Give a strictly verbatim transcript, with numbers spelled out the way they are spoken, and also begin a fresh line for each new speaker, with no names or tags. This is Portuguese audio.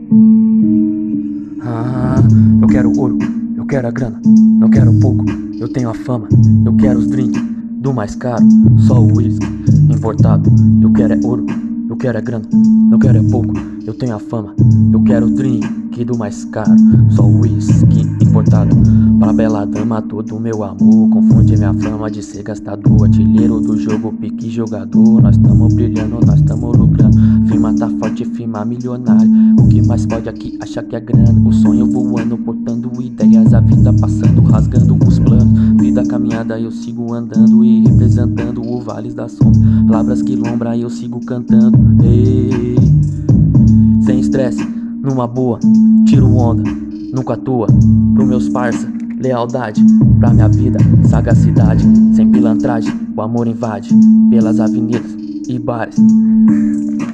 Ah, eu quero ouro, eu quero a grana, não quero pouco, eu tenho a fama, eu quero os drinks do mais caro, só o whisky importado. Eu quero é ouro, eu quero é grana, não quero é pouco, eu tenho a fama, eu quero o drink do mais caro, só o whisky importado. Pra bela dama todo meu amor, confunde minha fama de ser gastador, artilheiro do jogo, pique jogador. Nós tamo brilhando, nós tamo lucrando, firma tá forte, firma milionário. O que mais pode aqui achar que é grana? O sonho voando, portando ideias, a vida passando, rasgando os planos. Vida caminhada, eu sigo andando e representando o Vales da Sombra. Palavras que lombra, eu sigo cantando. Ei, sem estresse, numa boa, tiro onda, nunca à toa. Pro meus parça, lealdade, pra minha vida, sagacidade. Sem pilantragem, o amor invade pelas avenidas e bares.